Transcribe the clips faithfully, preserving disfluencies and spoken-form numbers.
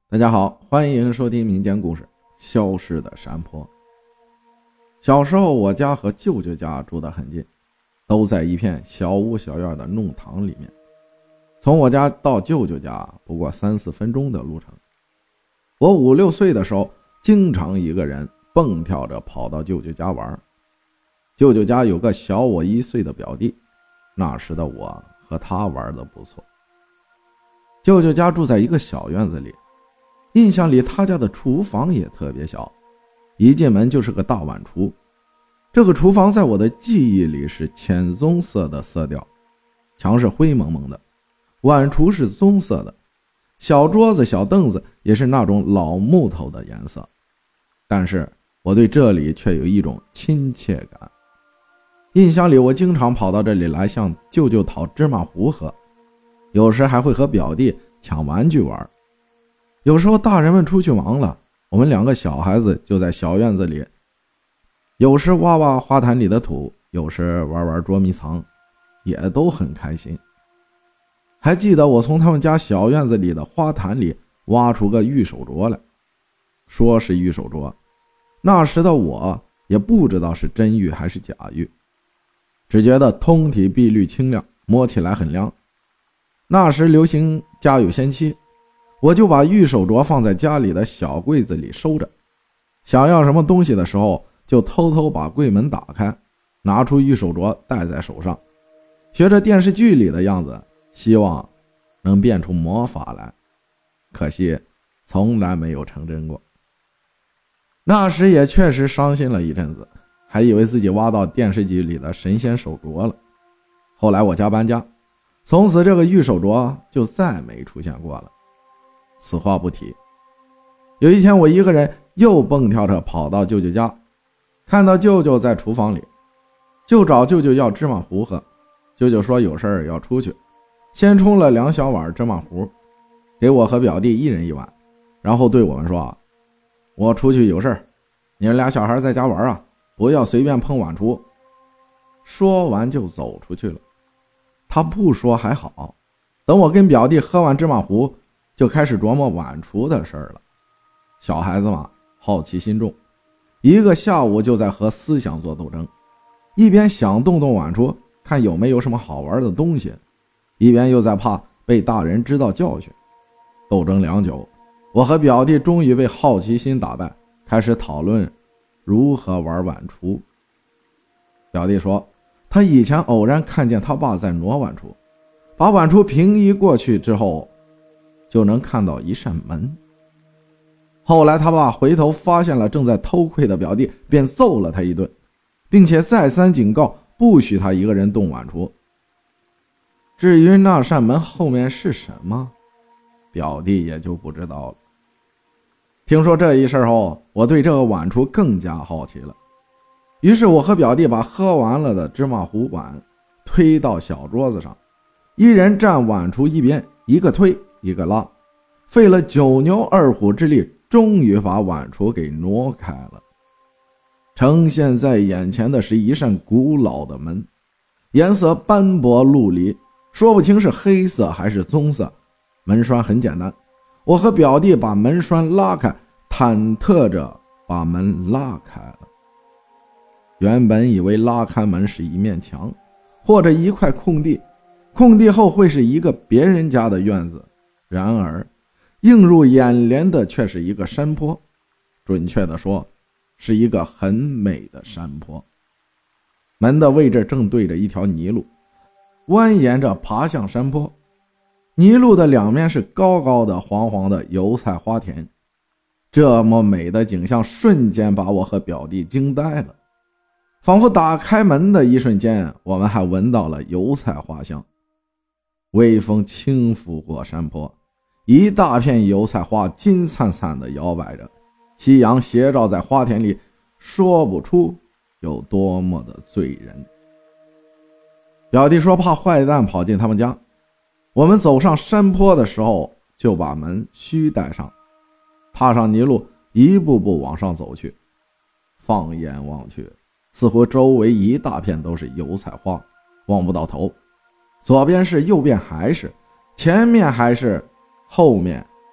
大家好，欢迎收听民间故事《消失的山坡》。小时候我家和舅舅家住得很近，都在一片小屋小院的弄堂里面，从我家到舅舅家不过三四分钟的路程。我五六岁的时候经常一个人蹦跳着跑到舅舅家玩。舅舅家有个小我一岁的表弟，那时的我和他玩得不错。舅舅家住在一个小院子里，印象里他家的厨房也特别小，一进门就是个大碗橱。这个厨房在我的记忆里是浅棕色的色调，墙是灰蒙蒙的，碗橱是棕色的，小桌子小凳子也是那种老木头的颜色。但是我对这里却有一种亲切感。印象里我经常跑到这里来向舅舅讨芝麻糊喝，有时还会和表弟抢玩具玩。有时候大人们出去忙了，我们两个小孩子就在小院子里，有时挖挖花坛里的土，有时玩玩捉迷藏，也都很开心。还记得我从他们家小院子里的花坛里挖出个玉手镯来，说是玉手镯，那时的我也不知道是真玉还是假玉，只觉得通体碧绿清亮，摸起来很凉。那时流行家有仙妻，我就把玉手镯放在家里的小柜子里收着，想要什么东西的时候就偷偷把柜门打开，拿出玉手镯戴在手上，学着电视剧里的样子，希望能变出魔法来。可惜从来没有成真过。那时也确实伤心了一阵子，还以为自己挖到电视剧里的神仙手镯了。后来我家搬家，从此这个玉手镯就再没出现过了。此话不提。有一天我一个人又蹦跳着跑到舅舅家，看到舅舅在厨房里，就找舅舅要芝麻糊喝。舅舅说有事儿要出去，先冲了两小碗芝麻糊，给我和表弟一人一碗，然后对我们说，我出去有事儿，你们俩小孩在家玩啊，不要随便碰碗橱。说完就走出去了。他不说还好，等我跟表弟喝完芝麻糊，就开始琢磨碗橱的事儿了。小孩子嘛，好奇心重，一个下午就在和思想做斗争，一边想动动碗橱看有没有什么好玩的东西，一边又在怕被大人知道教训。斗争良久，我和表弟终于被好奇心打败，开始讨论如何玩碗橱。表弟说他以前偶然看见他爸在挪碗橱，把碗橱平移过去之后就能看到一扇门。后来他爸回头发现了正在偷窥的表弟，便揍了他一顿，并且再三警告不许他一个人动碗橱。至于那扇门后面是什么，表弟也就不知道了。听说这一事后，我对这个碗橱更加好奇了。于是我和表弟把喝完了的芝麻糊碗推到小桌子上，一人站碗橱一边，一个推一个拉，费了九牛二虎之力，终于把碗橱给挪开了。呈现在眼前的是一扇古老的门，颜色斑驳陆离，说不清是黑色还是棕色。门栓很简单，我和表弟把门栓拉开，忐忑着把门拉开了。原本以为拉开门是一面墙或者一块空地，空地后会是一个别人家的院子，然而映入眼帘的却是一个山坡，准确的说是一个很美的山坡。门的位置正对着一条泥路，蜿蜒着爬向山坡，泥路的两面是高高的黄黄的油菜花田。这么美的景象瞬间把我和表弟惊呆了，仿佛打开门的一瞬间，我们还闻到了油菜花香。微风轻拂过山坡，一大片油菜花金灿灿地摇摆着，夕阳斜照在花田里，说不出有多么的醉人。表弟说怕坏蛋跑进他们家，我们走上山坡的时候就把门虚带上，踏上泥路，一步步往上走去。放眼望去，似乎周围一大片都是油菜花，望不到头，左边是，右边还是，前面还是，后面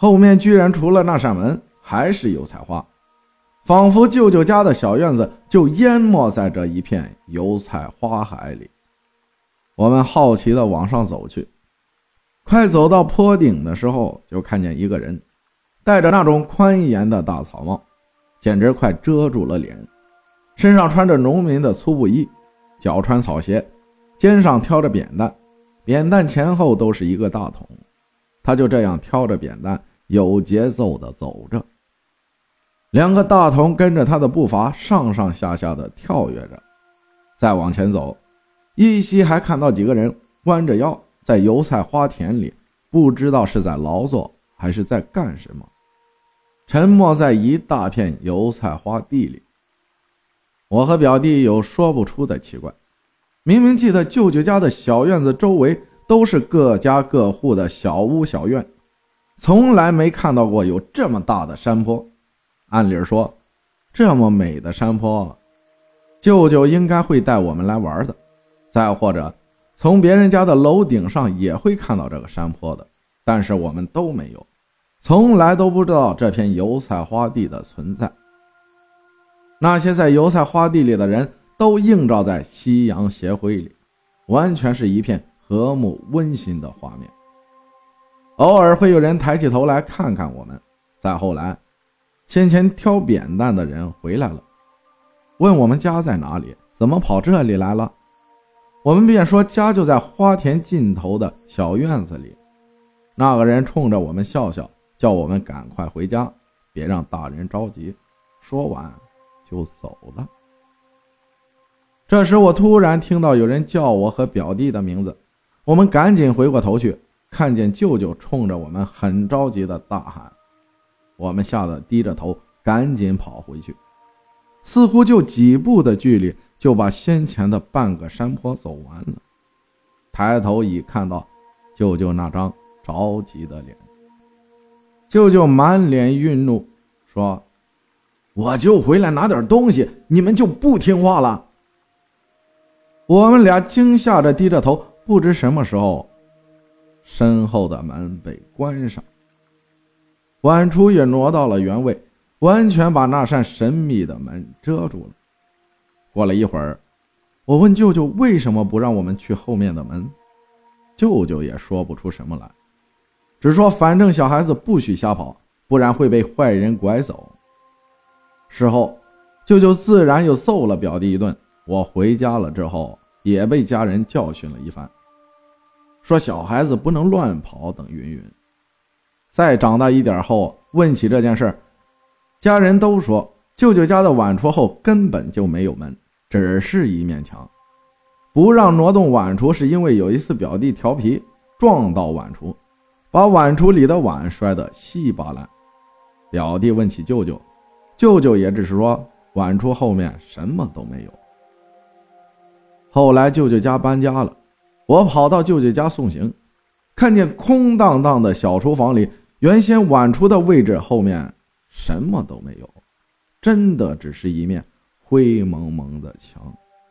后面居然除了那扇门还是油菜花，仿佛舅舅家的小院子就淹没在这一片油菜花海里。我们好奇地往上走去，快走到坡顶的时候，就看见一个人戴着那种宽檐的大草帽，简直快遮住了脸，身上穿着农民的粗布衣，脚穿草鞋，肩上挑着扁担，扁担前后都是一个大桶。他就这样挑着扁担，有节奏地走着，两个大桶跟着他的步伐上上下下地跳跃着。再往前走，依稀还看到几个人弯着腰在油菜花田里，不知道是在劳作还是在干什么，沉没在一大片油菜花地里。我和表弟有说不出的奇怪，明明记得舅舅家的小院子周围都是各家各户的小屋小院，从来没看到过有这么大的山坡。按理说，这么美的山坡，舅舅应该会带我们来玩的。再或者，从别人家的楼顶上也会看到这个山坡的，但是我们都没有，从来都不知道这片油菜花地的存在。那些在油菜花地里的人都映照在夕阳斜晖里，完全是一片和睦温馨的画面。偶尔会有人抬起头来看看我们。再后来，先前挑扁担的人回来了，问我们家在哪里，怎么跑这里来了。我们便说家就在花田尽头的小院子里。那个人冲着我们笑笑，叫我们赶快回家，别让大人着急。说完就走了。这时我突然听到有人叫我和表弟的名字，我们赶紧回过头去，看见舅舅冲着我们很着急的大喊。我们吓得低着头赶紧跑回去，似乎就几步的距离就把先前的半个山坡走完了。抬头已看到舅舅那张着急的脸，舅舅满脸愠怒说：我就回来拿点东西，你们就不听话了。我们俩惊吓着低着头，不知什么时候身后的门被关上，晚厨也挪到了原位，完全把那扇神秘的门遮住了。过了一会儿，我问舅舅为什么不让我们去后面的门，舅舅也说不出什么来，只说反正小孩子不许瞎跑，不然会被坏人拐走。事后舅舅自然又揍了表弟一顿，我回家了之后也被家人教训了一番，说小孩子不能乱跑等云云。再长大一点后问起这件事，家人都说舅舅家的晚厨后根本就没有门，只是一面墙。不让挪动晚厨是因为有一次表弟调皮撞到晚厨，把晚厨里的碗摔得稀巴烂。表弟问起舅舅，舅舅也只是说晚厨后面什么都没有。后来舅舅家搬家了，我跑到舅舅家送行，看见空荡荡的小厨房里，原先晚厨的位置后面什么都没有，真的只是一面灰蒙蒙的墙。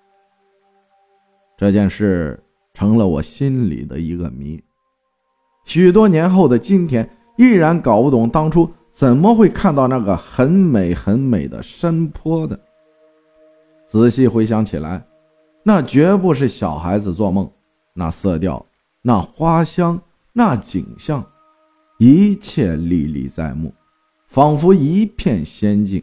这件事成了我心里的一个谜，许多年后的今天依然搞不懂当初怎么会看到那个很美很美的山坡的。仔细回想起来，那绝不是小孩子做梦，那色调，那花香，那景象，一切历历在目，仿佛一片仙境。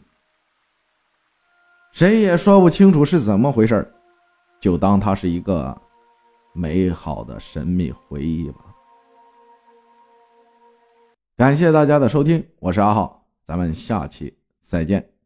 谁也说不清楚是怎么回事，就当它是一个美好的神秘回忆吧。感谢大家的收听，我是阿浩，咱们下期再见。